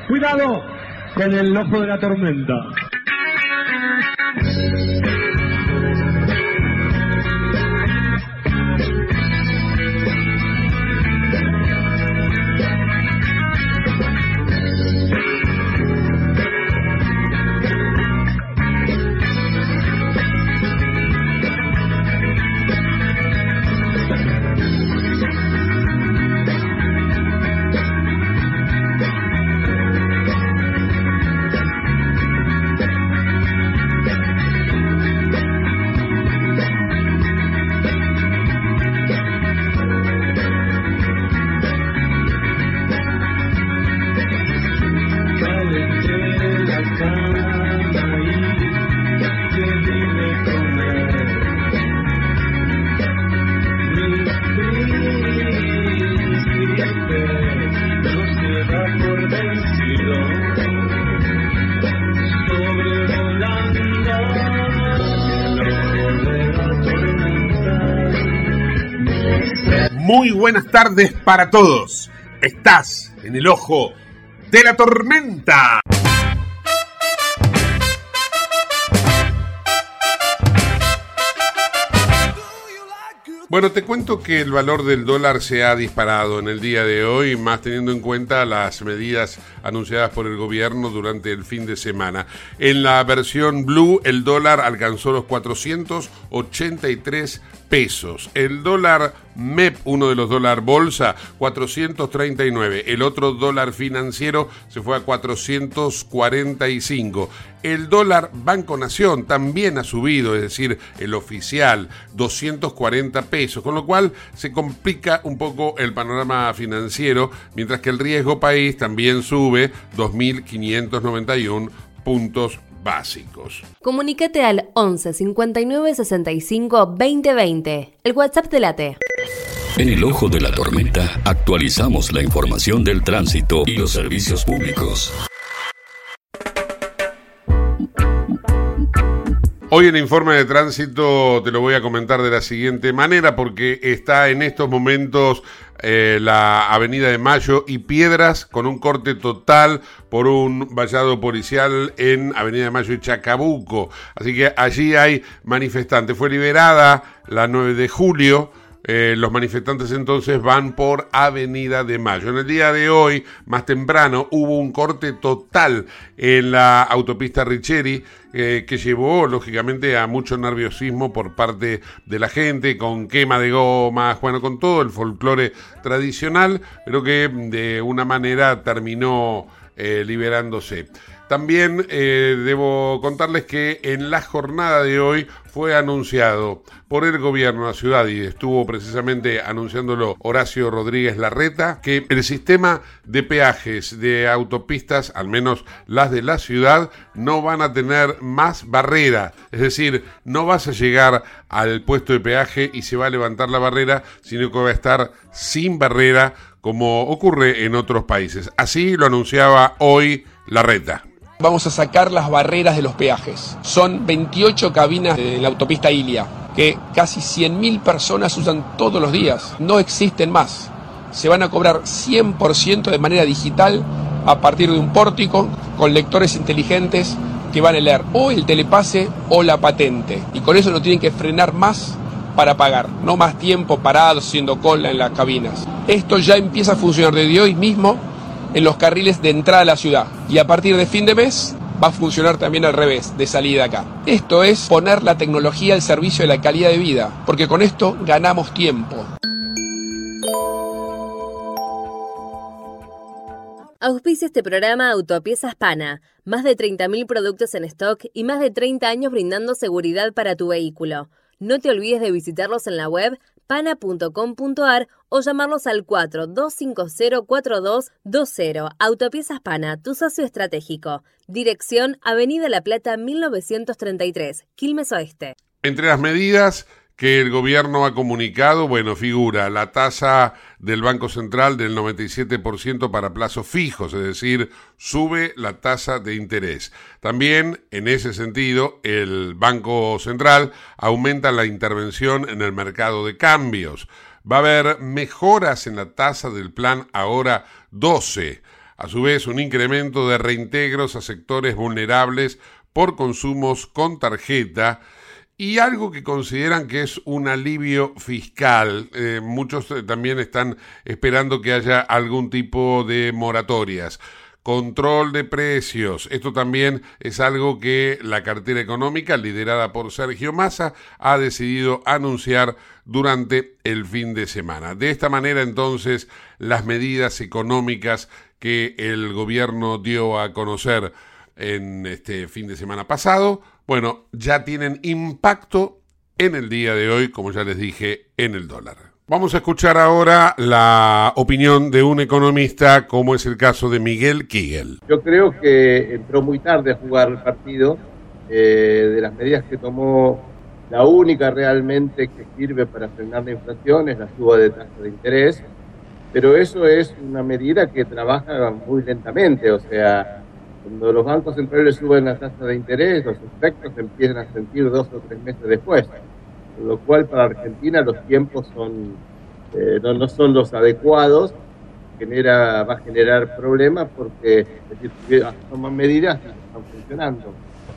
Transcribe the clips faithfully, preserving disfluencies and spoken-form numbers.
Cuidado con el ojo de la tormenta. Muy buenas tardes para todos. Estás en el ojo de la tormenta. Bueno, te cuento que el valor del dólar se ha disparado en el día de hoy, más teniendo en cuenta las medidas anunciadas por el gobierno durante el fin de semana. En la versión Blue, el dólar alcanzó los cuatrocientos ochenta y tres pesos. El dólar M E P, uno de los dólar bolsa, cuatrocientos treinta y nueve. El otro dólar financiero se fue a cuatrocientos cuarenta y cinco. El dólar Banco Nación también ha subido, es decir, el oficial, doscientos cuarenta pesos, con lo cual se complica un poco el panorama financiero, mientras que el riesgo país también sube dos mil quinientos noventa y uno puntos básicos. Comunícate al once cincuenta y nueve sesenta y cinco veinte veinte. El WhatsApp de la T. En el ojo de la tormenta actualizamos la información del tránsito y los servicios públicos. Hoy el informe de tránsito te lo voy a comentar de la siguiente manera, porque está en estos momentos eh, la Avenida de Mayo y Piedras con un corte total por un vallado policial en Avenida de Mayo y Chacabuco. Así que allí hay manifestantes. Fue liberada la nueve de julio. Eh, los manifestantes entonces van por Avenida de Mayo. En el día de hoy, más temprano, hubo un corte total en la autopista Richeri eh, que llevó, lógicamente, a mucho nerviosismo por parte de la gente, con quema de gomas, bueno, con todo el folclore tradicional, pero que de una manera terminó eh, liberándose. También eh, debo contarles que en la jornada de hoy fue anunciado por el gobierno de la ciudad, y estuvo precisamente anunciándolo Horacio Rodríguez Larreta, que el sistema de peajes de autopistas, al menos las de la ciudad, no van a tener más barrera. Es decir, no vas a llegar al puesto de peaje y se va a levantar la barrera, sino que va a estar sin barrera, como ocurre en otros países. Así lo anunciaba hoy Larreta. Vamos a sacar las barreras de los peajes. Son veintiocho cabinas en la autopista Ilia, que casi cien mil personas usan todos los días. No existen más. Se van a cobrar cien por ciento de manera digital a partir de un pórtico con lectores inteligentes que van a leer o el telepase o la patente. Y con eso no tienen que frenar más para pagar. No más tiempo parados haciendo cola en las cabinas. Esto ya empieza a funcionar desde hoy mismo en los carriles de entrada a la ciudad, y a partir de fin de mes va a funcionar también al revés, de salida acá. Esto es poner la tecnología al servicio de la calidad de vida, porque con esto ganamos tiempo. Auspicia este programa Autopiezas Pana, más de treinta mil productos en stock y más de treinta años brindando seguridad para tu vehículo. No te olvides de visitarlos en la web pana punto com punto ar o llamarlos al cuatro dos cinco cero cuatro dos dos cero. Autopiezas Pana, tu socio estratégico. Dirección Avenida La Plata mil novecientos treinta y tres, Quilmes Oeste. Entre las medidas que el gobierno ha comunicado, bueno, figura la tasa del Banco Central del noventa y siete por ciento para plazos fijos, es decir, sube la tasa de interés. También, en ese sentido, el Banco Central aumenta la intervención en el mercado de cambios. Va a haber mejoras en la tasa del plan Ahora doce. A su vez, un incremento de reintegros a sectores vulnerables por consumos con tarjeta y algo que consideran que es un alivio fiscal. Eh, muchos también están esperando que haya algún tipo de moratorias. Control de precios. Esto también es algo que la cartera económica, liderada por Sergio Massa, ha decidido anunciar durante el fin de semana. De esta manera, entonces, las medidas económicas que el gobierno dio a conocer en este fin de semana pasado, bueno, ya tienen impacto en el día de hoy, como ya les dije, en el dólar. Vamos a escuchar ahora la opinión de un economista, como es el caso de Miguel Kigel. Yo creo que entró muy tarde a jugar el partido. Eh, de las medidas que tomó, la única realmente que sirve para frenar la inflación es la suba de tasa de interés, pero eso es una medida que trabaja muy lentamente. O sea, cuando los bancos centrales suben la tasa de interés, los efectos se empiezan a sentir dos o tres meses después. Con lo cual, para Argentina los tiempos son eh, no, no son los adecuados, genera va a generar problemas porque es decir, toman medidas que están funcionando.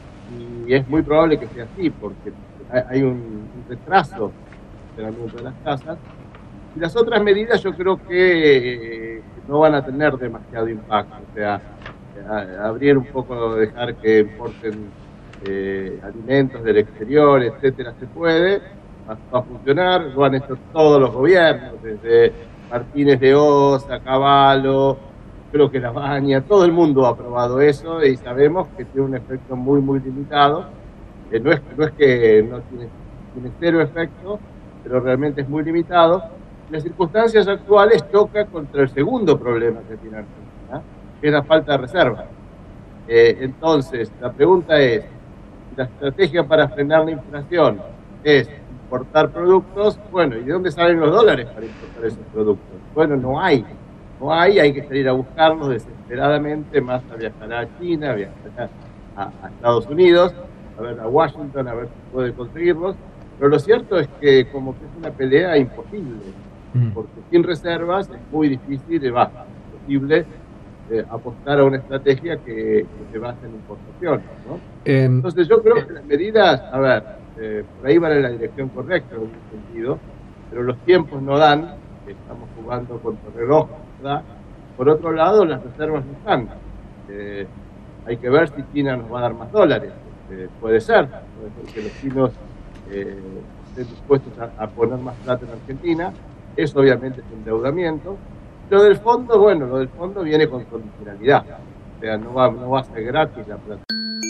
Y es muy probable que sea así, porque hay un, un retraso en el funcionamiento de las tasas. Y las otras medidas yo creo que eh, no van a tener demasiado impacto. O sea, a, abrir un poco, dejar que importen Eh, alimentos del exterior, etcétera, se puede, va, va a funcionar. Lo han hecho todos los gobiernos, desde Martínez de Osa, Cavallo, creo que La Baña, todo el mundo ha aprobado eso y sabemos que tiene un efecto muy, muy limitado. Eh, no, es, no es que no tiene, tiene cero efecto, pero realmente es muy limitado. En las circunstancias actuales choca contra el segundo problema que tiene Argentina, que es la falta de reservas. Eh, entonces, la pregunta es, la estrategia para frenar la inflación es importar productos, bueno, ¿y de dónde salen los dólares para importar esos productos? Bueno, no hay, no hay, hay que salir a buscarlos desesperadamente, más a viajar a China, a viajar a, a Estados Unidos, a ver a Washington, a ver si puede conseguirlos, pero lo cierto es que como que es una pelea imposible, porque sin reservas es muy difícil, es imposible, Eh, apostar a una estrategia que, que se base en importación, ¿no? Eh, Entonces yo creo que las medidas, a ver, eh, por ahí van en la dirección correcta en un sentido, pero los tiempos no dan, estamos jugando contra el reloj, ¿verdad? Por otro lado, las reservas no están. Eh, hay que ver si China nos va a dar más dólares. Eh, puede ser, puede ser que los chinos eh, estén dispuestos a, a poner más plata en Argentina. Eso obviamente es endeudamiento. Lo del fondo, bueno, lo del fondo viene con condicionalidad, o sea, no va, no va a ser gratis la plata.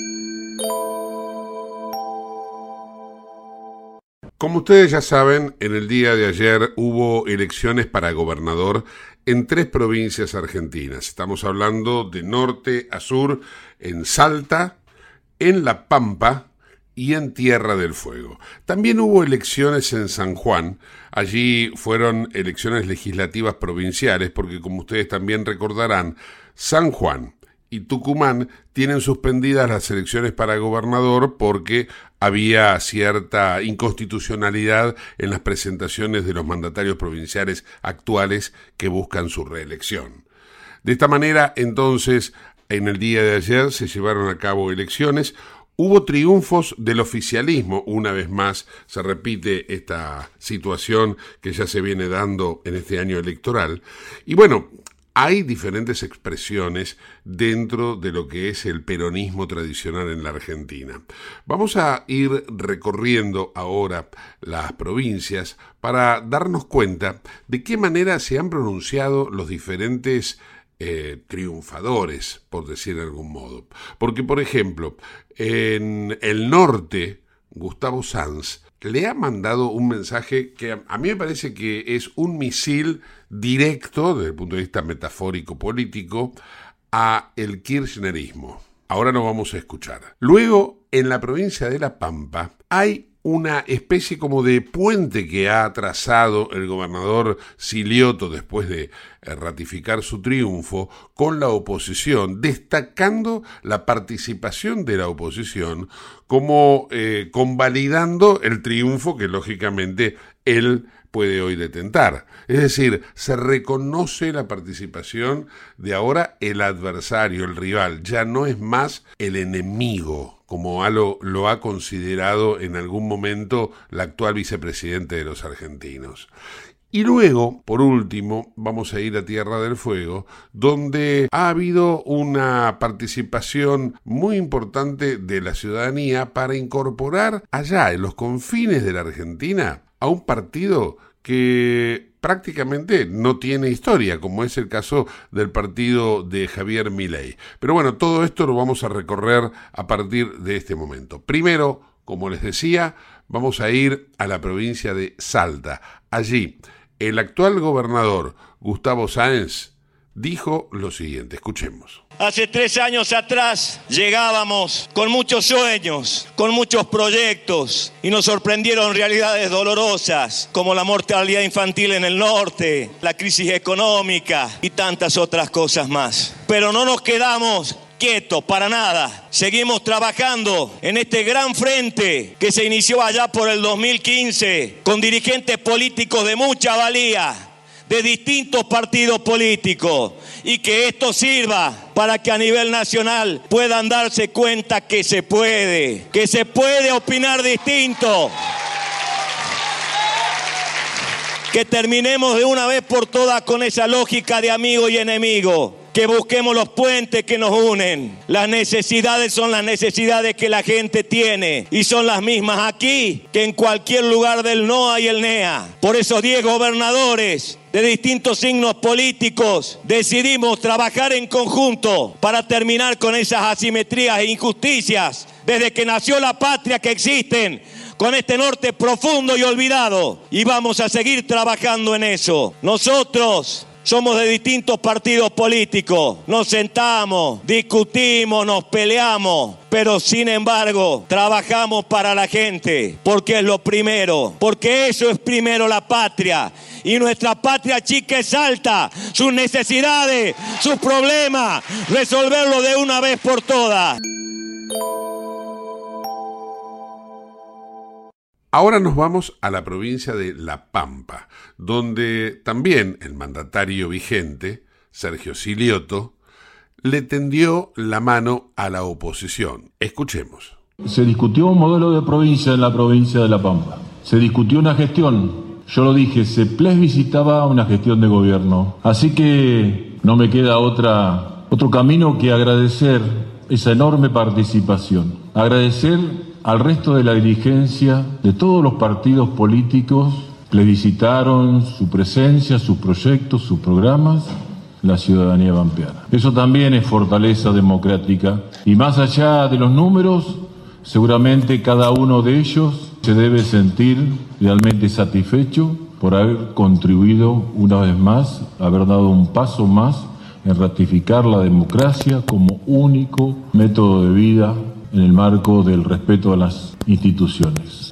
Como ustedes ya saben, en el día de ayer hubo elecciones para gobernador en tres provincias argentinas. Estamos hablando de norte a sur, en Salta, en La Pampa y en Tierra del Fuego. También hubo elecciones en San Juan. Allí fueron elecciones legislativas provinciales, porque como ustedes también recordarán, San Juan y Tucumán tienen suspendidas las elecciones para gobernador porque había cierta inconstitucionalidad en las presentaciones de los mandatarios provinciales actuales que buscan su reelección. De esta manera, entonces, en el día de ayer se llevaron a cabo elecciones. Hubo triunfos del oficialismo, una vez más se repite esta situación que ya se viene dando en este año electoral. Y bueno, hay diferentes expresiones dentro de lo que es el peronismo tradicional en la Argentina. Vamos a ir recorriendo ahora las provincias para darnos cuenta de qué manera se han pronunciado los diferentes Eh, triunfadores, por decir de algún modo. Porque, por ejemplo, en el norte, Gustavo Sanz le ha mandado un mensaje que a, a mí me parece que es un misil directo, desde el punto de vista metafórico político, a el kirchnerismo. Ahora lo vamos a escuchar. Luego, en la provincia de La Pampa, hay una especie como de puente que ha trazado el gobernador Silioto después de ratificar su triunfo con la oposición, destacando la participación de la oposición como eh, convalidando el triunfo que lógicamente él puede hoy detentar. Es decir, se reconoce la participación de ahora el adversario, el rival, ya no es más el enemigo, como lo, lo ha considerado en algún momento la actual vicepresidente de los argentinos. Y luego, por último, vamos a ir a Tierra del Fuego, donde ha habido una participación muy importante de la ciudadanía para incorporar allá, en los confines de la Argentina, a un partido que prácticamente no tiene historia, como es el caso del partido de Javier Milei. Pero bueno, todo esto lo vamos a recorrer a partir de este momento. Primero, como les decía, vamos a ir a la provincia de Salta. Allí, el actual gobernador, Gustavo Sáenz, dijo lo siguiente, escuchemos. Hace tres años atrás llegábamos con muchos sueños, con muchos proyectos y nos sorprendieron realidades dolorosas como la mortalidad infantil en el norte, la crisis económica y tantas otras cosas más. Pero no nos quedamos quietos para nada. Seguimos trabajando en este gran frente que se inició allá por el dos mil quince con dirigentes políticos de mucha valía, de distintos partidos políticos, y que esto sirva para que a nivel nacional puedan darse cuenta que se puede, que se puede opinar distinto. Que terminemos de una vez por todas con esa lógica de amigo y enemigo. Que busquemos los puentes que nos unen. Las necesidades son las necesidades que la gente tiene y son las mismas aquí que en cualquier lugar del N O A y el N E A. Por esos diez gobernadores de distintos signos políticos decidimos trabajar en conjunto para terminar con esas asimetrías e injusticias desde que nació la patria que existen con este norte profundo y olvidado, y vamos a seguir trabajando en eso. Nosotros somos de distintos partidos políticos, nos sentamos, discutimos, nos peleamos, pero sin embargo trabajamos para la gente, porque es lo primero, porque eso es primero la patria, y nuestra patria chica es Salta, sus necesidades, sus problemas, resolverlo de una vez por todas. Ahora nos vamos a la provincia de La Pampa, donde también el mandatario vigente, Sergio Silioto, le tendió la mano a la oposición. Escuchemos. Se discutió un modelo de provincia en la provincia de La Pampa. Se discutió una gestión. Yo lo dije, se plebiscitaba una gestión de gobierno. Así que no me queda otra, otro camino que agradecer esa enorme participación. Agradecer al resto de la dirigencia de todos los partidos políticos, plebiscitaron su presencia, sus proyectos, sus programas, la ciudadanía pampeana. Eso también es fortaleza democrática, y más allá de los números, seguramente cada uno de ellos se debe sentir realmente satisfecho por haber contribuido una vez más, haber dado un paso más en ratificar la democracia como único método de vida en el marco del respeto a las instituciones.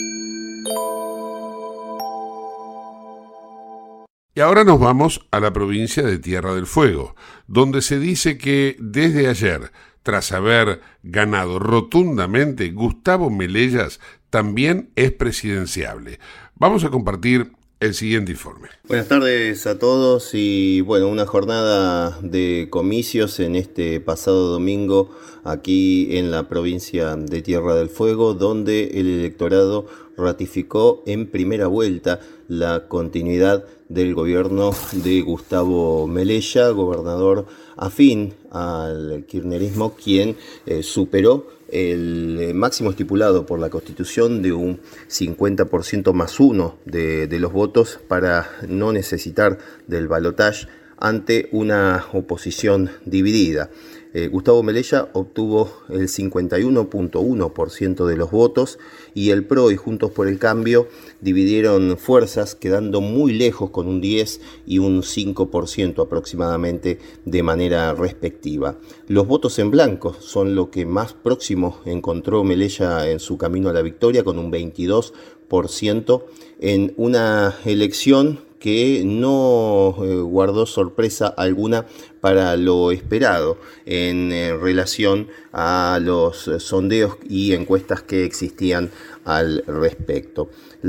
Y ahora nos vamos a la provincia de Tierra del Fuego, donde se dice que desde ayer, tras haber ganado rotundamente, Gustavo Melellas también es presidenciable. Vamos a compartir el siguiente informe. Buenas tardes a todos y bueno, una jornada de comicios en este pasado domingo aquí en la provincia de Tierra del Fuego, donde el electorado ratificó en primera vuelta la continuidad del gobierno de Gustavo Melella, gobernador afín al kirchnerismo, quien eh, superó el máximo estipulado por la Constitución de un cincuenta por ciento más uno de, de los votos para no necesitar del balotaje ante una oposición dividida. Eh, Gustavo Melella obtuvo el cincuenta y uno punto uno por ciento de los votos y el P R O y Juntos por el Cambio dividieron fuerzas, quedando muy lejos con un diez y un cinco por ciento aproximadamente de manera respectiva. Los votos en blanco son lo que más próximo encontró Melella en su camino a la victoria, con un veintidós por ciento en una elección que no eh, guardó sorpresa alguna para lo esperado en eh, relación a los eh, sondeos y encuestas que existían al respecto.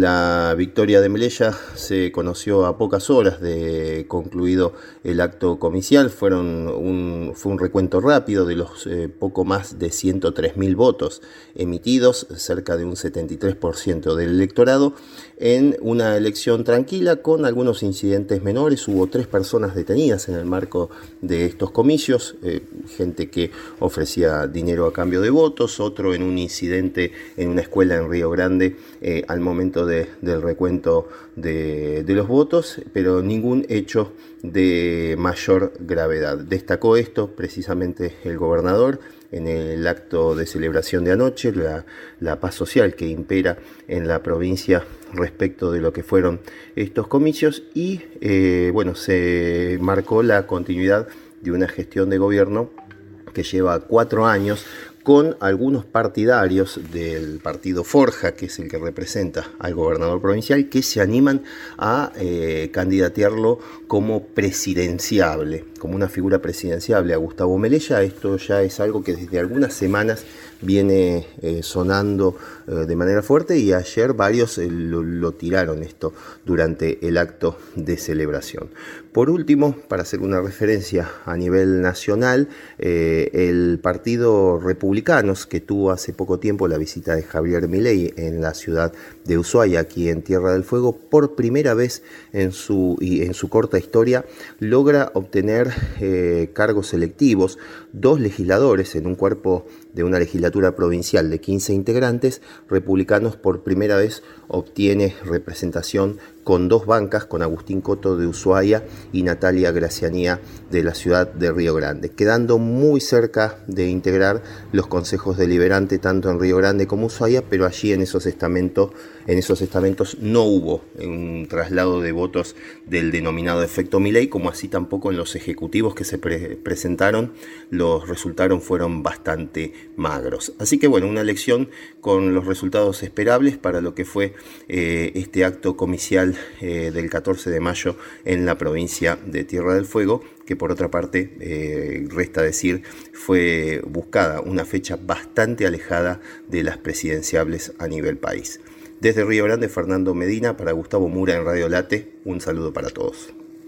La victoria de Melella se conoció a pocas horas de concluido el acto comicial. Fueron un, fue un recuento rápido de los eh, poco más de ciento tres mil votos emitidos, cerca de un setenta y tres por ciento del electorado, en una elección tranquila con algunos incidentes menores. Hubo tres personas detenidas en el marco de estos comicios, eh, gente que ofrecía dinero a cambio de votos, otro en un incidente en una escuela en Río Grande eh, al momento de, del recuento de, de los votos, pero ningún hecho de mayor gravedad. Destacó esto precisamente el gobernador en el acto de celebración de anoche, la, la paz social que impera en la provincia respecto de lo que fueron estos comicios, y eh, bueno, se marcó la continuidad de una gestión de gobierno que lleva cuatro años, con algunos partidarios del partido Forja, que es el que representa al gobernador provincial, que se animan a eh, candidatearlo como presidenciable, como una figura presidenciable a Gustavo Melella. Esto ya es algo que desde algunas semanas viene eh, sonando eh, de manera fuerte, y ayer varios eh, lo, lo tiraron esto durante el acto de celebración. Por último, para hacer una referencia a nivel nacional, eh, el Partido Republicanos, que tuvo hace poco tiempo la visita de Javier Milei en la ciudad de Ushuaia, aquí en Tierra del Fuego, por primera vez en su, en su corta historia, logra obtener eh, cargos electivos. Dos legisladores en un cuerpo de una legislatura provincial de quince integrantes. Republicanos por primera vez obtiene representación con dos bancas, con Agustín Coto de Ushuaia y Natalia Gracianía de la ciudad de Río Grande, quedando muy cerca de integrar los consejos deliberantes tanto en Río Grande como Ushuaia, pero allí en esos estamentos, en esos estamentos no hubo un traslado de votos del denominado efecto Milei, como así tampoco en los ejecutivos que se pre- presentaron, los resultados fueron bastante magros. Así que bueno, una elección con los resultados esperables para lo que fue eh, este acto comicial eh, del catorce de mayo en la provincia de Tierra del Fuego, que por otra parte, eh, resta decir, fue buscada una fecha bastante alejada de las presidenciables a nivel país. Desde Río Grande, Fernando Medina para Gustavo Mura en Radio Late. Un saludo para todos.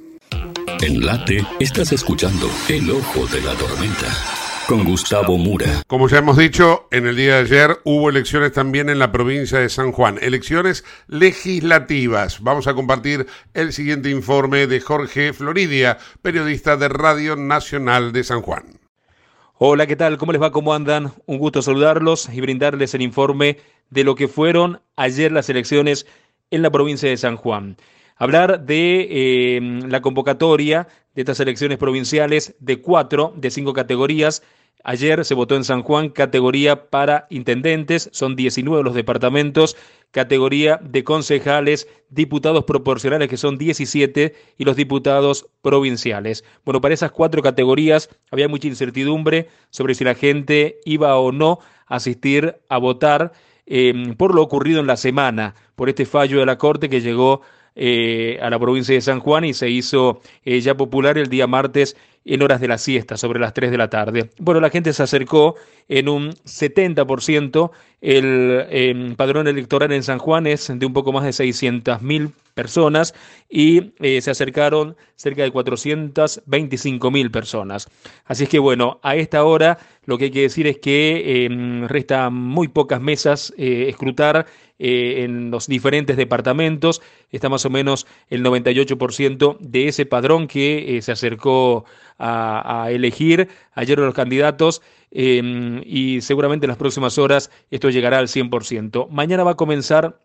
En Late estás escuchando El Ojo de la Tormenta con Gustavo Mura. Como ya hemos dicho, en el día de ayer hubo elecciones también en la provincia de San Juan, elecciones legislativas. Vamos a compartir el siguiente informe de Jorge Floridia, periodista de Radio Nacional de San Juan. Hola, ¿qué tal? ¿Cómo les va? ¿Cómo andan? Un gusto saludarlos y brindarles el informe de lo que fueron ayer las elecciones en la provincia de San Juan. Hablar de eh, la convocatoria de estas elecciones provinciales de cuatro, de cinco categorías. Ayer se votó en San Juan categoría para intendentes, son diecinueve los departamentos, categoría de concejales, diputados proporcionales que son diecisiete y los diputados provinciales. Bueno, para esas cuatro categorías había mucha incertidumbre sobre si la gente iba o no a asistir a votar eh, por lo ocurrido en la semana, por este fallo de la Corte que llegó Eh, a la provincia de San Juan y se hizo eh, ya popular el día martes en horas de la siesta, sobre las tres de la tarde. Bueno, la gente se acercó en un setenta por ciento, el eh, padrón electoral en San Juan es de un poco más de seiscientas mil personas y eh, se acercaron cerca de cuatrocientas veinticinco mil personas. Así es que bueno, a esta hora lo que hay que decir es que eh, resta muy pocas mesas eh, escrutar eh, en los diferentes departamentos. Está más o menos el noventa y ocho por ciento de ese padrón que eh, se acercó a, a elegir ayer los candidatos eh, y seguramente en las próximas horas esto llegará al cien por ciento. Mañana va a comenzar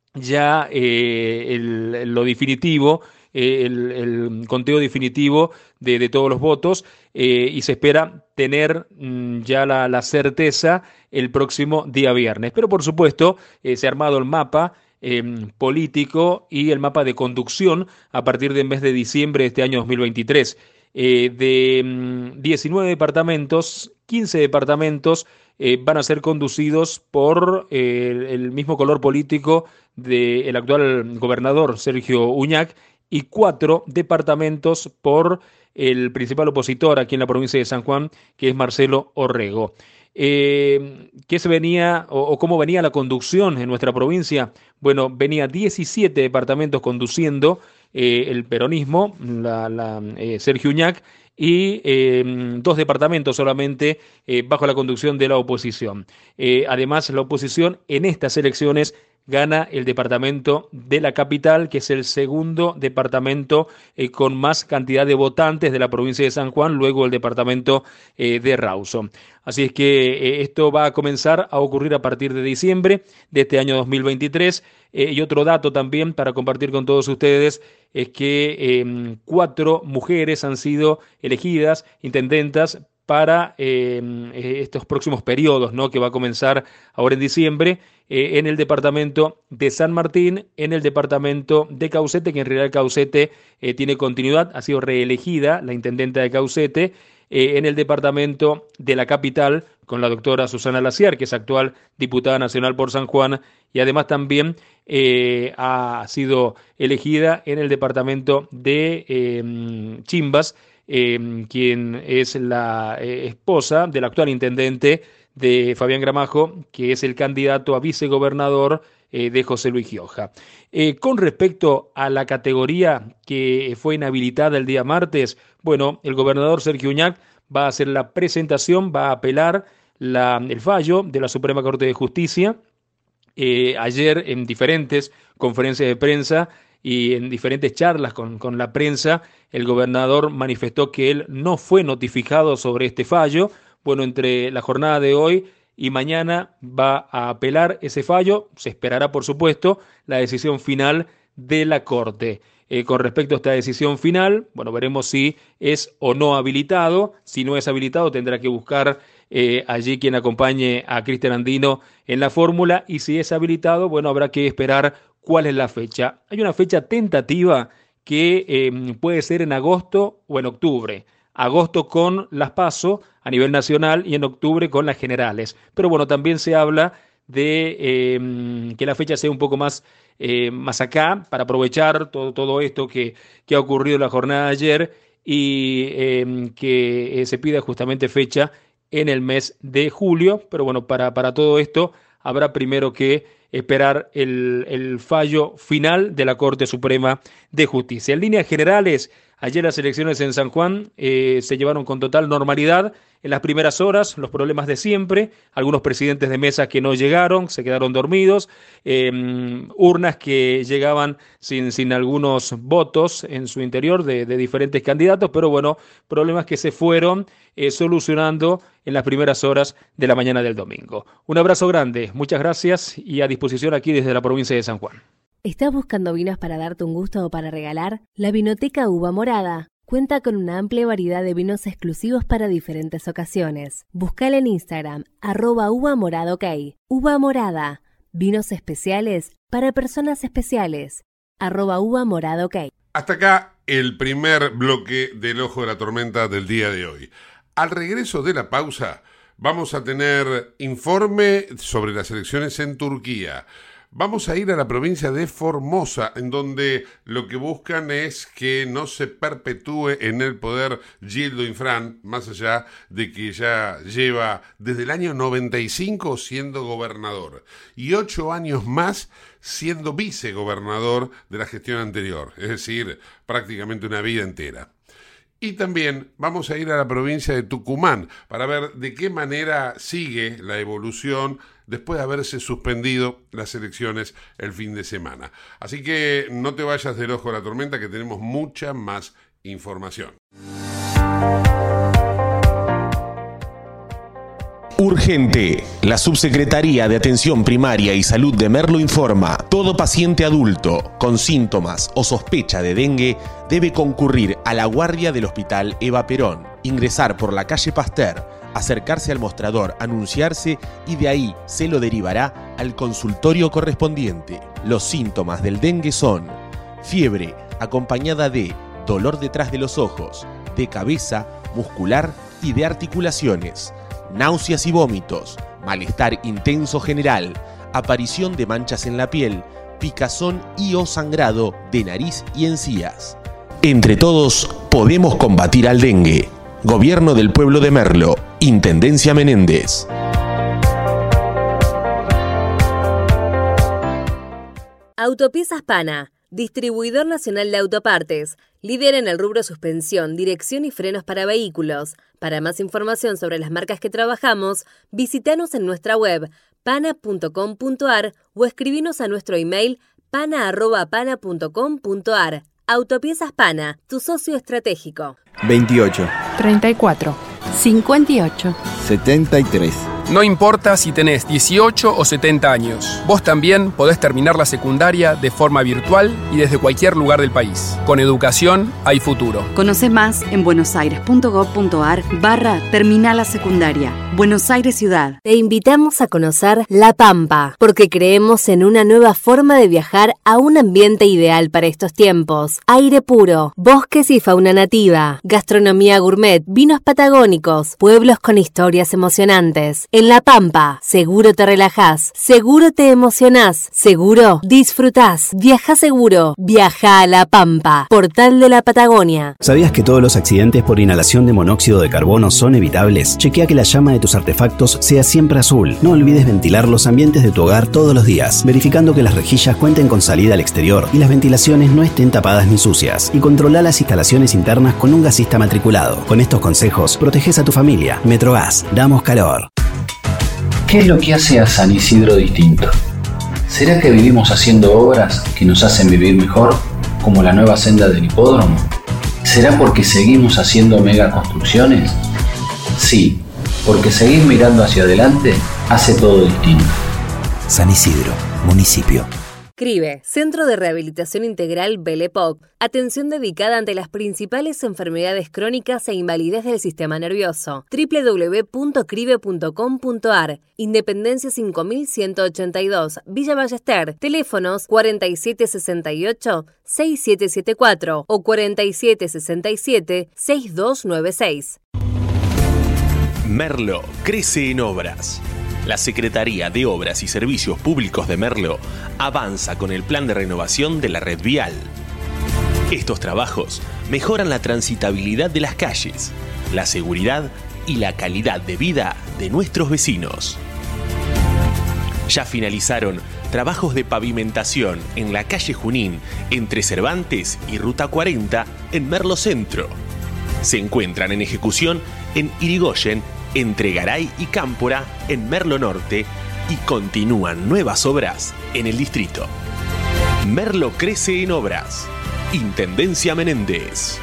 ya eh, el, lo definitivo, eh, el, el conteo definitivo de, de todos los votos eh, y se espera tener mm, ya la, la certeza el próximo día viernes. Pero por supuesto eh, se ha armado el mapa eh, político y el mapa de conducción a partir del mes de diciembre de este año dos mil veintitrés. Eh, de mm, diecinueve departamentos, quince departamentos eh, van a ser conducidos por eh, el mismo color político del actual gobernador Sergio Uñac y cuatro departamentos por el principal opositor aquí en la provincia de San Juan, que es Marcelo Orrego. Eh, ¿Qué se venía o, o cómo venía la conducción en nuestra provincia? Bueno, venía diecisiete departamentos conduciendo eh, el peronismo, la, la, eh, Sergio Uñac, y eh, dos departamentos solamente eh, bajo la conducción de la oposición. Eh, además, la oposición en estas elecciones gana el departamento de la capital, que es el segundo departamento eh, con más cantidad de votantes de la provincia de San Juan, luego el departamento eh, de Rawson. Así es que eh, esto va a comenzar a ocurrir a partir de diciembre de este año dos mil veintitrés. Eh, y otro dato también para compartir con todos ustedes es que eh, cuatro mujeres han sido elegidas intendentas para eh, estos próximos periodos, ¿no?, que va a comenzar ahora en diciembre, eh, en el departamento de San Martín, en el departamento de Caucete, que en realidad Caucete eh, tiene continuidad, ha sido reelegida la intendenta de Caucete, eh, en el departamento de la capital, con la doctora Susana Laciar, que es actual diputada nacional por San Juan, y además también eh, ha sido elegida en el departamento de eh, Chimbas, Eh, quien es la eh, esposa del actual intendente de Fabián Gramajo, que es el candidato a vicegobernador eh, de José Luis Gioja. Eh, con respecto a la categoría que fue inhabilitada el día martes, bueno, el gobernador Sergio Uñac va a hacer la presentación, va a apelar la, el fallo de la Suprema Corte de Justicia. Eh, ayer en diferentes conferencias de prensa y en diferentes charlas con, con la prensa, el gobernador manifestó que él no fue notificado sobre este fallo. Bueno, entre la jornada de hoy y mañana va a apelar ese fallo. Se esperará, por supuesto, la decisión final de la Corte. Eh, con respecto a esta decisión final, bueno, veremos si es o no habilitado. Si no es habilitado, tendrá que buscar eh, allí quien acompañe a Cristian Andino en la fórmula. Y si es habilitado, bueno, habrá que esperar cuál es la fecha. Hay una fecha tentativa que eh, puede ser en agosto o en octubre. Agosto con las PASO a nivel nacional y en octubre con las generales. Pero bueno, también se habla de eh, que la fecha sea un poco más, eh, más acá, para aprovechar todo, todo esto que, que ha ocurrido en la jornada de ayer y eh, que eh, se pida justamente fecha en el mes de julio. Pero bueno, para, para todo esto habrá primero que esperar el, el fallo final de la Corte Suprema de Justicia. En líneas generales, ayer las elecciones en San Juan eh, se llevaron con total normalidad. En las primeras horas, los problemas de siempre, algunos presidentes de mesa que no llegaron, se quedaron dormidos, eh, urnas que llegaban sin, sin algunos votos en su interior de, de diferentes candidatos, pero bueno, problemas que se fueron eh, solucionando en las primeras horas de la mañana del domingo. Un abrazo grande, muchas gracias y a disposición aquí desde la provincia de San Juan. ¿Estás buscando vinos para darte un gusto o para regalar? La Vinoteca Uva Morada cuenta con una amplia variedad de vinos exclusivos para diferentes ocasiones. Búscala en Instagram, arroba uva morada ok. Uva Morada, vinos especiales para personas especiales, arroba uva morada ok. Hasta acá el primer bloque del Ojo de la Tormenta del día de hoy. Al regreso de la pausa vamos a tener informe sobre las elecciones en Turquía. Vamos a ir a la provincia de Formosa, en donde lo que buscan es que no se perpetúe en el poder Gildo Infran, más allá de que ya lleva desde el año noventa y cinco siendo gobernador y ocho años más siendo vicegobernador de la gestión anterior, es decir, prácticamente una vida entera. Y también vamos a ir a la provincia de Tucumán para ver de qué manera sigue la evolución después de haberse suspendido las elecciones el fin de semana. Así que no te vayas del Ojo de la Tormenta, que tenemos mucha más información. Urgente. La Subsecretaría de Atención Primaria y Salud de Merlo informa: todo paciente adulto con síntomas o sospecha de dengue debe concurrir a la guardia del Hospital Eva Perón, ingresar por la calle Pasteur, acercarse al mostrador, anunciarse y de ahí se lo derivará al consultorio correspondiente. Los síntomas del dengue son fiebre acompañada de dolor detrás de los ojos, de cabeza, muscular y de articulaciones, náuseas y vómitos, malestar intenso general, aparición de manchas en la piel, picazón y o sangrado de nariz y encías. Entre todos podemos combatir al dengue. Gobierno del Pueblo de Merlo, Intendencia Menéndez. Autopiezas Pana, distribuidor nacional de autopartes, líder en el rubro suspensión, dirección y frenos para vehículos. Para más información sobre las marcas que trabajamos, visítanos en nuestra web pana punto com punto ar o escribinos a nuestro email pana arroba pana punto com punto ar. Autopiezas Pana, tu socio estratégico. veintiocho, treinta y cuatro, cincuenta y ocho, setenta y tres. No importa si tenés dieciocho o setenta años, vos también podés terminar la secundaria de forma virtual y desde cualquier lugar del país. Con educación hay futuro. Conoce más en buenosaires punto gov punto ar barra terminal la secundaria. Buenos Aires Ciudad. Te invitamos a conocer La Pampa, porque creemos en una nueva forma de viajar a un ambiente ideal para estos tiempos. Aire puro, bosques y fauna nativa, gastronomía gourmet, vinos patagónicos, pueblos con historias emocionantes. En La Pampa, seguro te relajás, seguro te emocionás, seguro disfrutás. Viaja seguro, viaja a La Pampa, portal de la Patagonia. ¿Sabías que todos los accidentes por inhalación de monóxido de carbono son evitables? Chequea que la llama de tus artefactos sea siempre azul. No olvides ventilar los ambientes de tu hogar todos los días, verificando que las rejillas cuenten con salida al exterior y las ventilaciones no estén tapadas ni sucias. Y controla las instalaciones internas con un gasista matriculado. Con estos consejos, proteges a tu familia. Metrogas, damos calor. ¿Qué es lo que hace a San Isidro distinto? ¿Será que vivimos haciendo obras que nos hacen vivir mejor, como la nueva senda del hipódromo? ¿Será porque seguimos haciendo megaconstrucciones? Sí, porque seguir mirando hacia adelante hace todo distinto. San Isidro, municipio. CRIBE, Centro de Rehabilitación Integral Belle-Époque. Atención dedicada ante las principales enfermedades crónicas e invalidez del sistema nervioso. doble u doble u doble u punto cribe punto com punto ar. Independencia cinco mil ciento ochenta y dos, Villa Ballester. Teléfonos cuarenta y siete sesenta y ocho, sesenta y siete setenta y cuatro o cuarenta y siete sesenta y siete, sesenta y dos noventa y seis. Merlo crece en obras. La Secretaría de Obras y Servicios Públicos de Merlo avanza con el plan de renovación de la red vial. Estos trabajos mejoran la transitabilidad de las calles, la seguridad y la calidad de vida de nuestros vecinos. Ya finalizaron trabajos de pavimentación en la calle Junín entre Cervantes y Ruta cuarenta en Merlo Centro. Se encuentran en ejecución en Irigoyen, entre Garay y Cámpora en Merlo Norte, y continúan nuevas obras en el distrito. Merlo crece en obras. Intendencia Menéndez.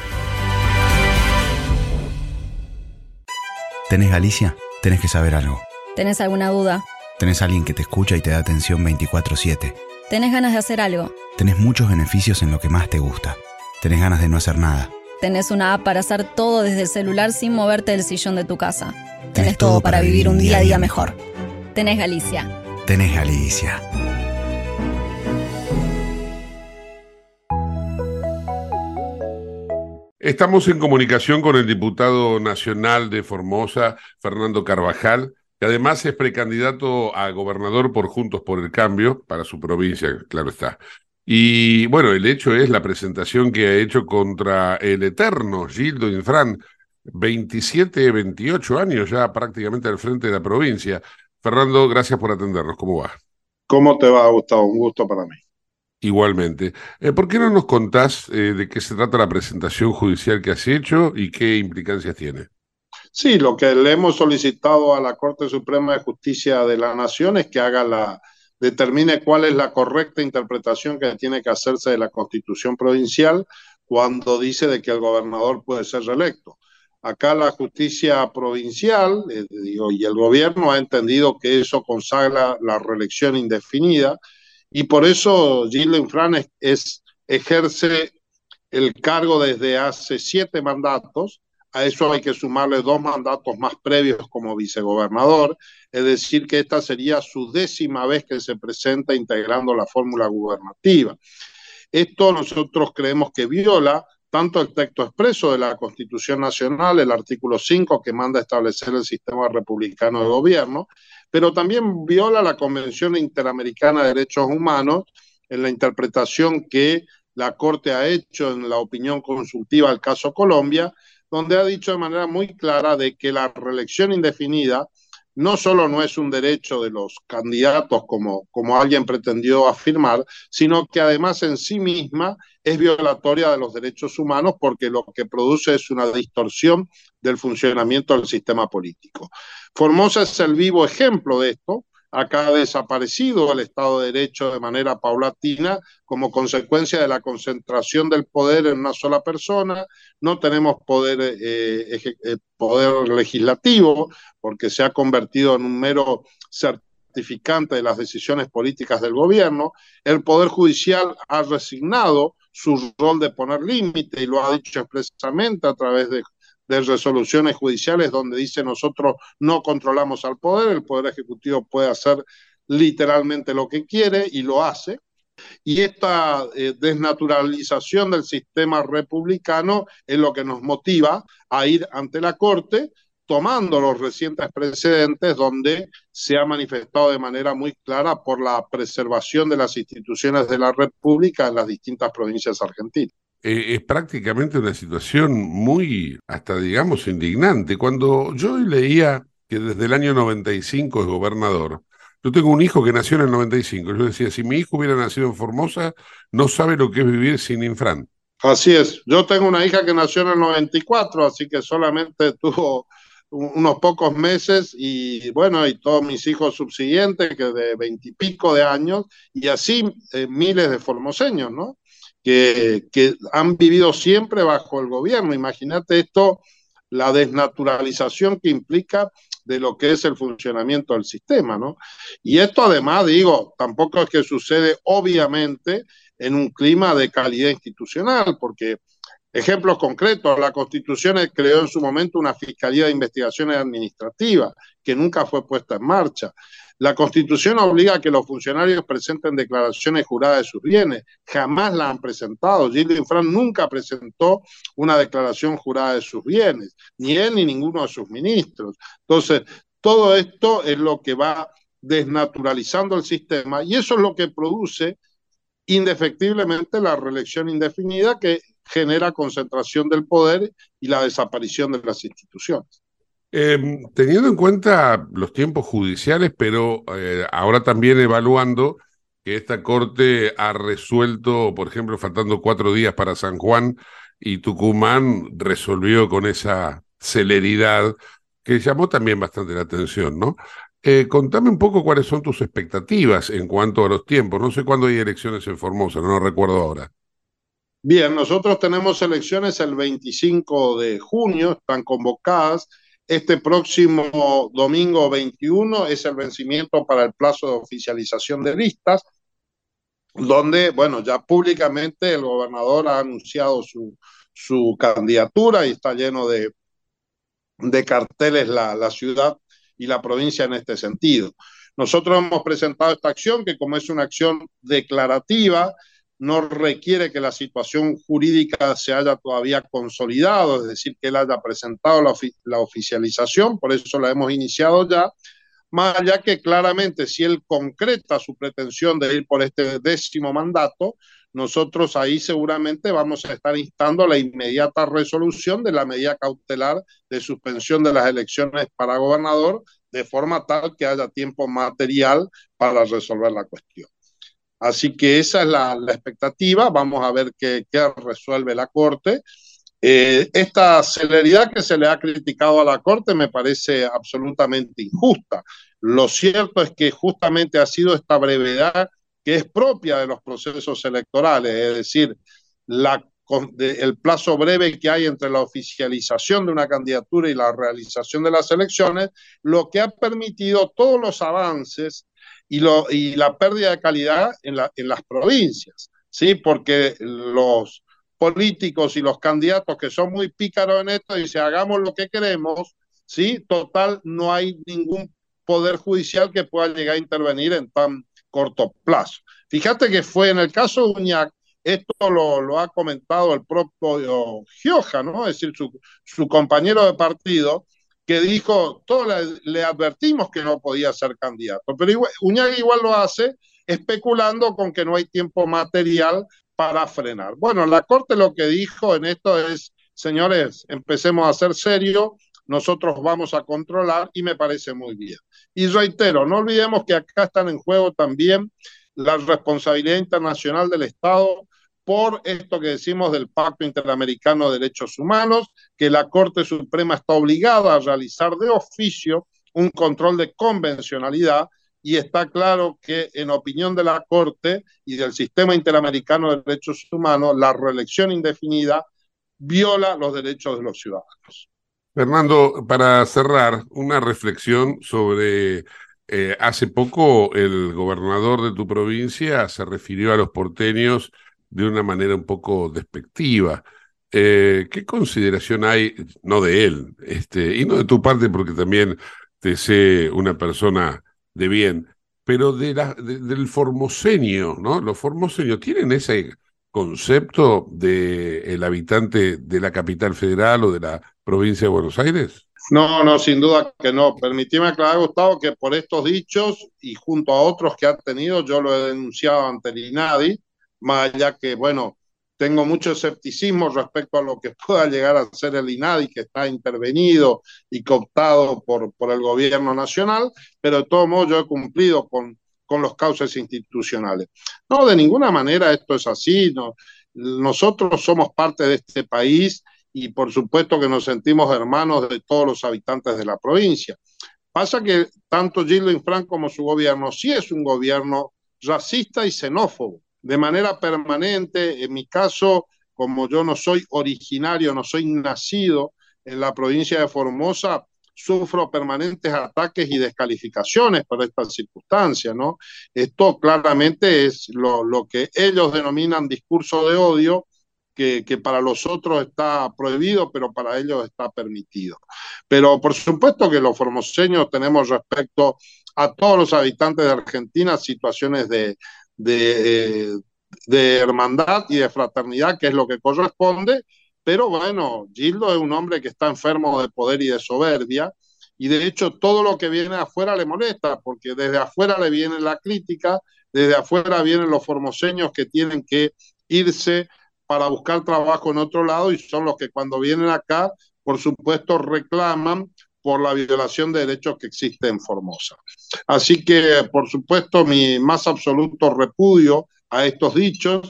¿Tenés Galicia? Tenés que saber algo. ¿Tenés alguna duda? Tenés alguien que te escucha y te da atención veinticuatro siete. ¿Tenés ganas de hacer algo? Tenés muchos beneficios en lo que más te gusta. Tenés ganas de no hacer nada. Tenés una app para hacer todo desde el celular sin moverte del sillón de tu casa. Tenés todo para vivir un día a día mejor. Tenés Galicia. Tenés Galicia. Estamos en comunicación con el diputado nacional de Formosa, Fernando Carvajal, que además es precandidato a gobernador por Juntos por el Cambio para su provincia, claro está. Y bueno, el hecho es la presentación que ha hecho contra el eterno Gildo Infran, veintisiete, veintiocho años ya prácticamente al frente de la provincia. Fernando, gracias por atendernos. ¿Cómo va? ¿Cómo te va, Gustavo? Un gusto para mí. Igualmente. Eh, ¿Por qué no nos contás eh, de qué se trata la presentación judicial que has hecho y qué implicancias tiene? Sí, lo que le hemos solicitado a la Corte Suprema de Justicia de la Nación es que haga la, determine cuál es la correcta interpretación que tiene que hacerse de la Constitución provincial cuando dice de que el gobernador puede ser reelecto. Acá la justicia provincial eh, digo, y el gobierno ha entendido que eso consagra la reelección indefinida y por eso Gildo Infran es, es, ejerce el cargo desde hace siete mandatos. A eso hay que sumarle dos mandatos más previos como vicegobernador, es decir que esta sería su décima vez que se presenta integrando la fórmula gubernativa. Esto nosotros creemos que viola tanto el texto expreso de la Constitución Nacional, el artículo cinco que manda a establecer el sistema republicano de gobierno, pero también viola la Convención Interamericana de Derechos Humanos en la interpretación que la Corte ha hecho en la opinión consultiva al caso Colombia, donde ha dicho de manera muy clara de que la reelección indefinida no solo no es un derecho de los candidatos, como, como alguien pretendió afirmar, sino que además en sí misma es violatoria de los derechos humanos porque lo que produce es una distorsión del funcionamiento del sistema político. Formosa es el vivo ejemplo de esto. Acá ha desaparecido el Estado de Derecho de manera paulatina como consecuencia de la concentración del poder en una sola persona. No tenemos poder, eh, eh, poder legislativo porque se ha convertido en un mero certificante de las decisiones políticas del gobierno. El Poder Judicial ha resignado su rol de poner límite y lo ha dicho expresamente a través de de resoluciones judiciales donde dice nosotros no controlamos al poder, el Poder Ejecutivo puede hacer literalmente lo que quiere y lo hace. Y esta eh, desnaturalización del sistema republicano es lo que nos motiva a ir ante la Corte, tomando los recientes precedentes donde se ha manifestado de manera muy clara por la preservación de las instituciones de la República en las distintas provincias argentinas. Eh, es prácticamente una situación muy, hasta digamos, indignante. Cuando yo leía que desde el año noventa y cinco es gobernador, yo tengo un hijo que nació en el noventa y cinco, yo decía, si mi hijo hubiera nacido en Formosa, no sabe lo que es vivir sin Infran. Así es, yo tengo una hija que nació en el noventa y cuatro, así que solamente tuvo unos pocos meses y bueno, y todos mis hijos subsiguientes, que de veintipico de años, y así eh, miles de formoseños, ¿no? Que, que han vivido siempre bajo el gobierno. Imagínate esto, la desnaturalización que implica de lo que es el funcionamiento del sistema, ¿no? Y esto además, digo, tampoco es que sucede obviamente en un clima de calidad institucional, porque ejemplos concretos, la Constitución creó en su momento una Fiscalía de Investigaciones Administrativas que nunca fue puesta en marcha. La Constitución obliga a que los funcionarios presenten declaraciones juradas de sus bienes. Jamás la han presentado. Gildo Infran nunca presentó una declaración jurada de sus bienes, ni él ni ninguno de sus ministros. Entonces, todo esto es lo que va desnaturalizando el sistema y eso es lo que produce indefectiblemente la reelección indefinida que genera concentración del poder y la desaparición de las instituciones. Eh, teniendo en cuenta los tiempos judiciales, pero eh, ahora también evaluando que esta Corte ha resuelto, por ejemplo, faltando cuatro días para San Juan y Tucumán, resolvió con esa celeridad que llamó también bastante la atención, ¿no? Eh, contame un poco cuáles son tus expectativas en cuanto a los tiempos. No sé cuándo hay elecciones en Formosa, no lo recuerdo ahora. Bien, nosotros tenemos elecciones el veinticinco de junio, están convocadas. Este próximo domingo veintiuno es el vencimiento para el plazo de oficialización de listas, donde, bueno, ya públicamente el gobernador ha anunciado su, su candidatura y está lleno de, de carteles la, la ciudad y la provincia en este sentido. Nosotros hemos presentado esta acción que, como es una acción declarativa, no requiere que la situación jurídica se haya todavía consolidado, es decir, que él haya presentado la, ofi la oficialización, por eso la hemos iniciado ya, más allá que claramente si él concreta su pretensión de ir por este décimo mandato, nosotros ahí seguramente vamos a estar instando la inmediata resolución de la medida cautelar de suspensión de las elecciones para gobernador, de forma tal que haya tiempo material para resolver la cuestión. Así que esa es la, la expectativa, vamos a ver qué, qué resuelve la Corte. Eh, esta celeridad que se le ha criticado a la Corte me parece absolutamente injusta. Lo cierto es que justamente ha sido esta brevedad que es propia de los procesos electorales, es decir, la, de, el plazo breve que hay entre la oficialización de una candidatura y la realización de las elecciones, lo que ha permitido todos los avances Y, lo, y la pérdida de calidad en, la, en las provincias, ¿sí? Porque los políticos y los candidatos que son muy pícaros en esto dicen hagamos lo que queremos, ¿sí? Total, no hay ningún poder judicial que pueda llegar a intervenir en tan corto plazo. Fíjate que fue en el caso de Uñac, esto lo, lo ha comentado el propio Gioja, ¿no? Es decir, su, su compañero de partido, que dijo, todos le, le advertimos que no podía ser candidato, pero igual, Uñac igual lo hace especulando con que no hay tiempo material para frenar. Bueno, la Corte lo que dijo en esto es, señores, empecemos a ser serios, nosotros vamos a controlar y me parece muy bien. Y reitero, no olvidemos que acá están en juego también la responsabilidad internacional del Estado por esto que decimos del Pacto Interamericano de Derechos Humanos, que la Corte Suprema está obligada a realizar de oficio un control de convencionalidad, y está claro que en opinión de la Corte y del Sistema Interamericano de Derechos Humanos, la reelección indefinida viola los derechos de los ciudadanos. Fernando, para cerrar, una reflexión sobre, eh, hace poco el gobernador de tu provincia se refirió a los porteños de una manera un poco despectiva. Eh, ¿Qué consideración hay, no de él, este, y no de tu parte porque también te sé una persona de bien, pero de la, de, del formoseño, ¿no? Los formoseños tienen ese concepto de el habitante de la capital federal o de la provincia de Buenos Aires. No, no, sin duda que no. Permitime aclarar, Gustavo, que por estos dichos y junto a otros que ha tenido, yo lo he denunciado ante el INADI, más allá que, bueno, tengo mucho escepticismo respecto a lo que pueda llegar a ser el INADI, que está intervenido y cooptado por, por el gobierno nacional, pero de todo modo yo he cumplido con, con los cauces institucionales. No, de ninguna manera esto es así. No. Nosotros somos parte de este país y por supuesto que nos sentimos hermanos de todos los habitantes de la provincia. Pasa que tanto Gildo Infran como su gobierno sí es un gobierno racista y xenófobo, de manera permanente. En mi caso, como yo no soy originario, no soy nacido en la provincia de Formosa, sufro permanentes ataques y descalificaciones por estas circunstancias, ¿no? Esto claramente es lo, lo que ellos denominan discurso de odio, que, que para los otros está prohibido, pero para ellos está permitido. Pero por supuesto que los formoseños tenemos respecto a todos los habitantes de Argentina situaciones de De, de hermandad y de fraternidad, que es lo que corresponde, pero bueno, Gildo es un hombre que está enfermo de poder y de soberbia, y de hecho todo lo que viene de afuera le molesta, porque desde afuera le viene la crítica, desde afuera vienen los formoseños que tienen que irse para buscar trabajo en otro lado, y son los que cuando vienen acá, por supuesto, reclaman por la violación de derechos que existe en Formosa. Así que, por supuesto, mi más absoluto repudio a estos dichos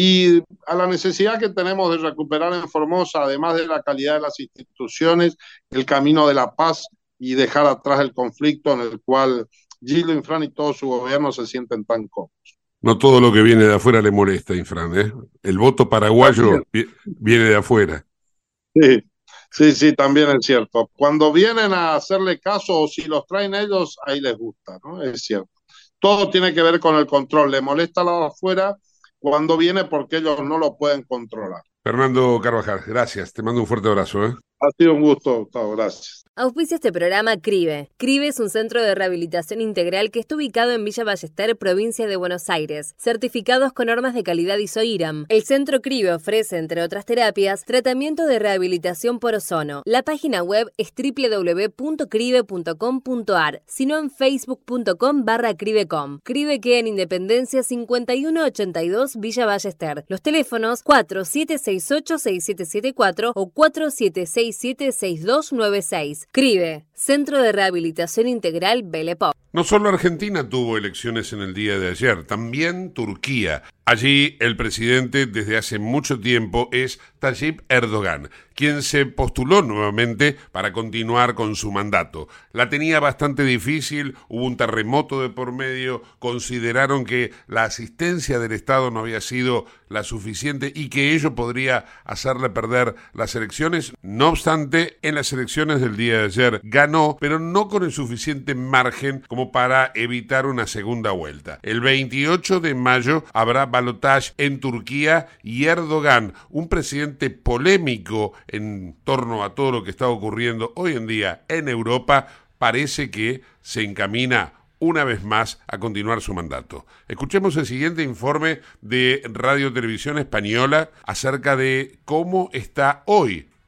y a la necesidad que tenemos de recuperar en Formosa, además de la calidad de las instituciones, el camino de la paz y dejar atrás el conflicto en el cual Gildo Infran y todo su gobierno se sienten tan cómodos. No todo lo que viene de afuera le molesta, Infran, ¿eh? El voto paraguayo viene de afuera. Sí. Sí, sí, también es cierto. Cuando vienen a hacerle caso o si los traen ellos, ahí les gusta, ¿no? Es cierto. Todo tiene que ver con el control. Le molesta lo de afuera cuando viene porque ellos no lo pueden controlar. Fernando Carvajal, gracias. Te mando un fuerte abrazo, ¿eh? Ha sido un gusto, Gustavo. Gracias. Auspicia este programa CRIBE. CRIBE es un centro de rehabilitación integral que está ubicado en Villa Ballester, provincia de Buenos Aires. Certificados con normas de calidad I S O IRAM. El centro CRIBE ofrece, entre otras terapias, tratamiento de rehabilitación por ozono. La página web es doble u doble u doble u punto cribe punto com punto a r, sino en facebook punto com barra cribecom. CRIBE queda en Independencia cincuenta y uno ochenta y dos Villa Ballester. Los teléfonos cuatro siete seis ocho seis siete siete cuatro o cuatro siete seis siete seis dos nueve seis. CRIBE, Centro de Rehabilitación Integral Belle Époque. No solo Argentina tuvo elecciones en el día de ayer, también Turquía. Allí el presidente desde hace mucho tiempo es Tayyip Erdogan, quien se postuló nuevamente para continuar con su mandato. La tenía bastante difícil, hubo un terremoto de por medio, consideraron que la asistencia del Estado no había sido la suficiente y que ello podría hacerle perder las elecciones. No obstante, en las elecciones del día de ayer ganó, pero no con el suficiente margen como para evitar una segunda vuelta. El veintiocho de mayo habrá balotaje en Turquía y Erdogan, un presidente polémico en torno a todo lo que está ocurriendo hoy en día en Europa, parece que se encamina una vez más a continuar su mandato. Escuchemos el siguiente informe de Radio Televisión Española acerca de cómo está hoy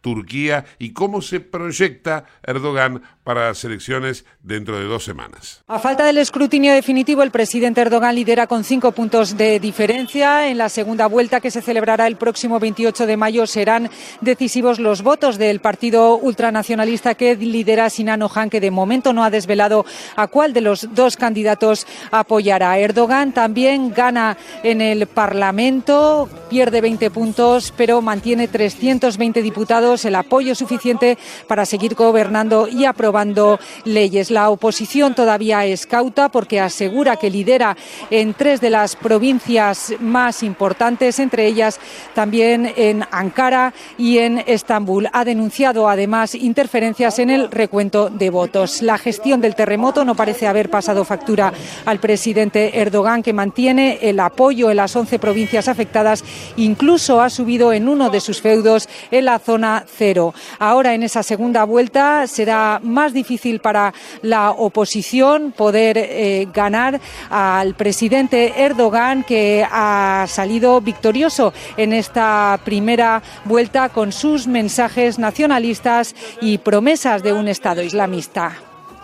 Turquía y cómo se proyecta Erdogan para las elecciones dentro de dos semanas. A falta del escrutinio definitivo, el presidente Erdogan lidera con cinco puntos de diferencia. En la segunda vuelta, que se celebrará el próximo veintiocho de mayo, serán decisivos los votos del partido ultranacionalista que lidera Sinan Oğan, que de momento no ha desvelado a cuál de los dos candidatos apoyará. Erdogan también gana en el Parlamento, pierde veinte puntos, pero mantiene trescientos veinte diputados, el apoyo suficiente para seguir gobernando y aprobando leyes. La oposición todavía es cauta porque asegura que lidera en tres de las provincias más importantes, entre ellas también en Ankara y en Estambul. Ha denunciado además interferencias en el recuento de votos. La gestión del terremoto no parece haber pasado factura al presidente Erdogan, que mantiene el apoyo en las once provincias afectadas, incluso ha subido en uno de sus feudos en la zona cero. Ahora, en esa segunda vuelta, será más difícil para la oposición poder eh, ganar al presidente Erdogan, que ha salido victorioso en esta primera vuelta con sus mensajes nacionalistas y promesas de un Estado islamista.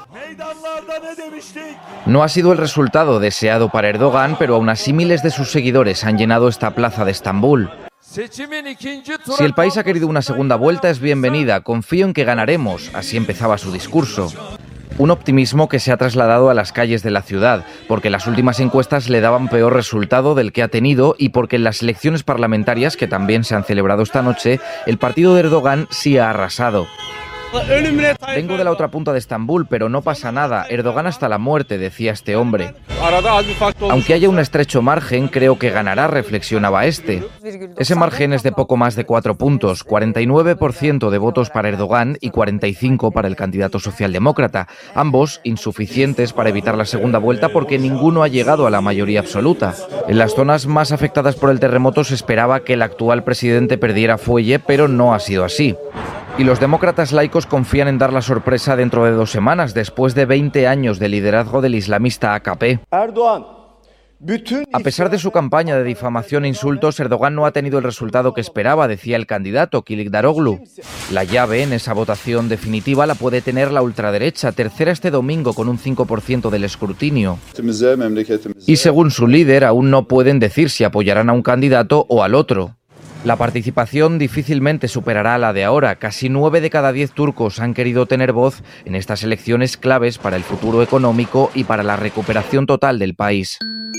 No ha sido el resultado deseado para Erdogan, pero aún así miles de sus seguidores han llenado esta plaza de Estambul. Si el país ha querido una segunda vuelta, es bienvenida. Confío en que ganaremos. Así empezaba su discurso. Un optimismo que se ha trasladado a las calles de la ciudad, porque las últimas encuestas le daban peor resultado del que ha tenido y porque en las elecciones parlamentarias, que también se han celebrado esta noche, el partido de Erdogan sí ha arrasado. Vengo de la otra punta de Estambul, pero no pasa nada. Erdogan hasta la muerte, decía este hombre. Aunque haya un estrecho margen, creo que ganará, reflexionaba este. Ese margen es de poco más de cuatro puntos, cuarenta y nueve por ciento de votos para Erdogan y cuarenta y cinco por ciento para el candidato socialdemócrata, ambos insuficientes para evitar la segunda vuelta porque ninguno ha llegado a la mayoría absoluta. En las zonas más afectadas por el terremoto se esperaba que el actual presidente perdiera fuelle, pero no ha sido así. Y los demócratas laicos confían en dar la sorpresa dentro de dos semanas, después de veinte años de liderazgo del islamista A K P. A pesar de su campaña de difamación e insultos, Erdogan no ha tenido el resultado que esperaba, decía el candidato Kılıçdaroğlu. La llave en esa votación definitiva la puede tener la ultraderecha, tercera este domingo con un cinco por ciento del escrutinio. Y según su líder, aún no pueden decir si apoyarán a un candidato o al otro. La participación difícilmente superará a la de ahora. Casi nueve de cada diez turcos han querido tener voz en estas elecciones claves para el futuro económico y para la recuperación total del país.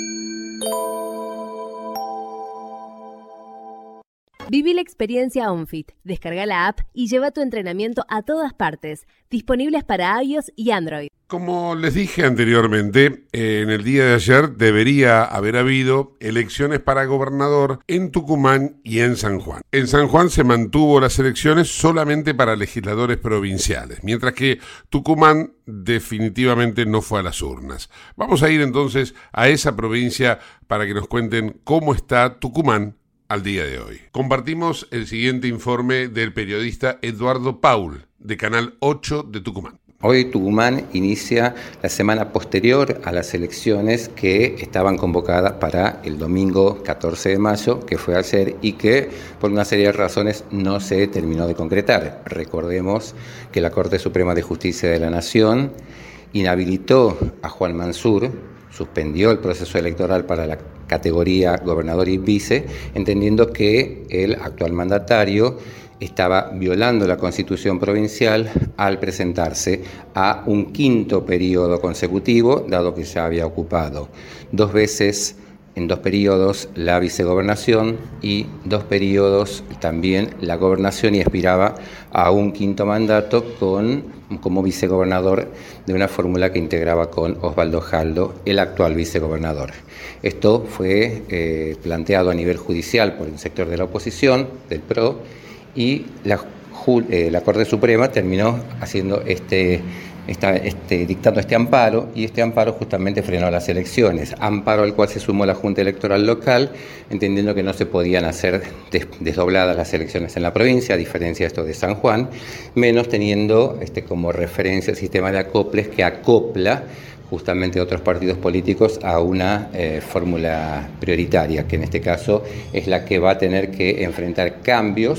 Viví la experiencia OnFit. Descarga la app y lleva tu entrenamiento a todas partes. Disponibles para iOS y Android. Como les dije anteriormente, eh, en el día de ayer debería haber habido elecciones para gobernador en Tucumán y en San Juan. En San Juan se mantuvo las elecciones solamente para legisladores provinciales, mientras que Tucumán definitivamente no fue a las urnas. Vamos a ir entonces a esa provincia para que nos cuenten cómo está Tucumán al día de hoy. Compartimos el siguiente informe del periodista Eduardo Paul, de Canal ocho de Tucumán. Hoy Tucumán inicia la semana posterior a las elecciones que estaban convocadas para el domingo catorce de mayo, que fue ayer, y que por una serie de razones no se terminó de concretar. Recordemos que la Corte Suprema de Justicia de la Nación inhabilitó a Juan Mansur, suspendió el proceso electoral para la categoría gobernador y vice, entendiendo que el actual mandatario estaba violando la Constitución provincial al presentarse a un quinto periodo consecutivo, dado que ya había ocupado dos veces en dos periodos la vicegobernación y dos periodos también la gobernación, y aspiraba a un quinto mandato con, como vicegobernador de una fórmula que integraba con Osvaldo Jaldo, el actual vicegobernador. Esto fue eh, planteado a nivel judicial por el sector de la oposición, del P R O, y la, eh, la Corte Suprema terminó haciendo este, esta, este, dictando este amparo, y este amparo justamente frenó las elecciones, amparo al cual se sumó la Junta Electoral Local, entendiendo que no se podían hacer des, desdobladas las elecciones en la provincia, a diferencia de esto de San Juan, menos teniendo este, como referencia el sistema de acoples que acopla justamente otros partidos políticos a una eh, fórmula prioritaria, que en este caso es la que va a tener que enfrentar cambios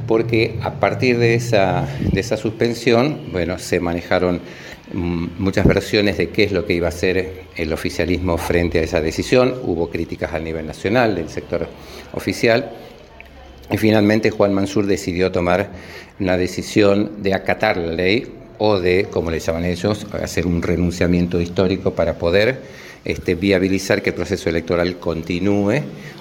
porque a partir de esa, de esa suspensión, bueno, se manejaron muchas versiones de qué es lo que iba a hacer el oficialismo frente a esa decisión. Hubo críticas a nivel nacional del sector oficial y finalmente Juan Mansur decidió tomar una decisión de acatar la ley o de, como le llaman ellos, hacer un renunciamiento histórico para poder este, viabilizar que el proceso electoral continúe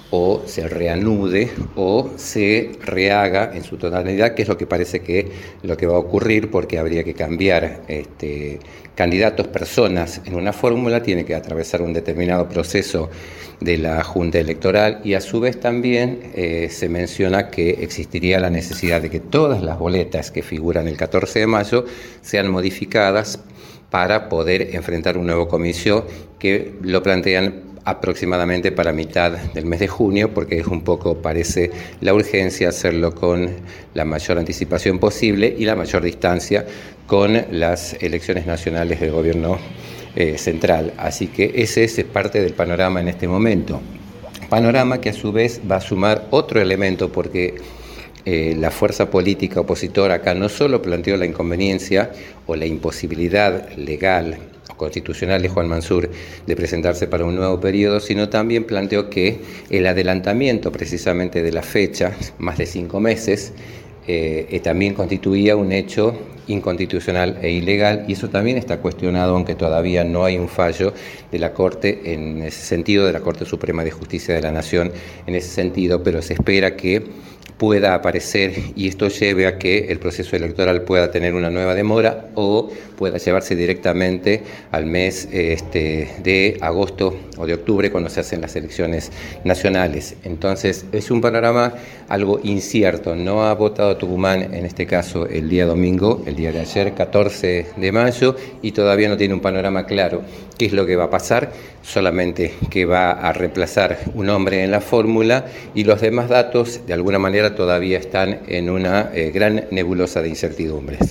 o se reanude o se rehaga en su totalidad, que es lo que parece que lo que va a ocurrir, porque habría que cambiar este, candidatos, personas en una fórmula, tiene que atravesar un determinado proceso de la Junta Electoral y a su vez también eh, se menciona que existiría la necesidad de que todas las boletas que figuran el catorce de mayo sean modificadas para poder enfrentar un nuevo comicio que lo plantean aproximadamente para mitad del mes de junio, porque es un poco, parece, la urgencia hacerlo con la mayor anticipación posible y la mayor distancia con las elecciones nacionales del gobierno eh, central. Así que ese es parte del panorama en este momento. Panorama que a su vez va a sumar otro elemento, porque eh, la fuerza política opositora acá no solo planteó la inconveniencia o la imposibilidad legal constitucional de Juan Mansur de presentarse para un nuevo periodo, sino también planteó que el adelantamiento precisamente de la fecha, más de cinco meses, eh, eh, también constituía un hecho inconstitucional e ilegal, y eso también está cuestionado, aunque todavía no hay un fallo de la Corte en ese sentido, de la Corte Suprema de Justicia de la Nación en ese sentido, pero se espera que pueda aparecer y esto lleve a que el proceso electoral pueda tener una nueva demora o pueda llevarse directamente al mes este, de agosto o de octubre, cuando se hacen las elecciones nacionales. Entonces es un panorama algo incierto. No ha votado Tucumán en este caso el día domingo, el día de ayer, catorce de mayo, y todavía no tiene un panorama claro qué es lo que va a pasar, solamente que va a reemplazar un hombre en la fórmula, y los demás datos de alguna manera todavía están en una eh, gran nebulosa de incertidumbres.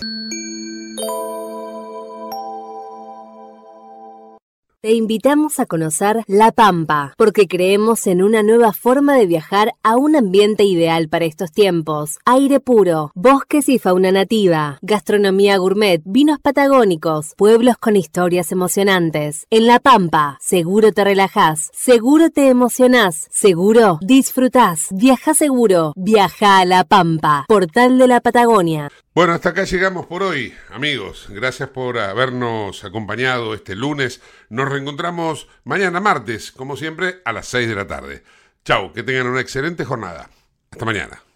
Te invitamos a conocer La Pampa, porque creemos en una nueva forma de viajar a un ambiente ideal para estos tiempos. Aire puro, bosques y fauna nativa, gastronomía gourmet, vinos patagónicos, pueblos con historias emocionantes. En La Pampa, seguro te relajás, seguro te emocionás, seguro disfrutás. Viaja seguro, viaja a La Pampa, portal de la Patagonia. Bueno, hasta acá llegamos por hoy, amigos. Gracias por habernos acompañado este lunes. Nos reencontramos mañana martes, como siempre, a las seis de la tarde. Chau, que tengan una excelente jornada. Hasta mañana.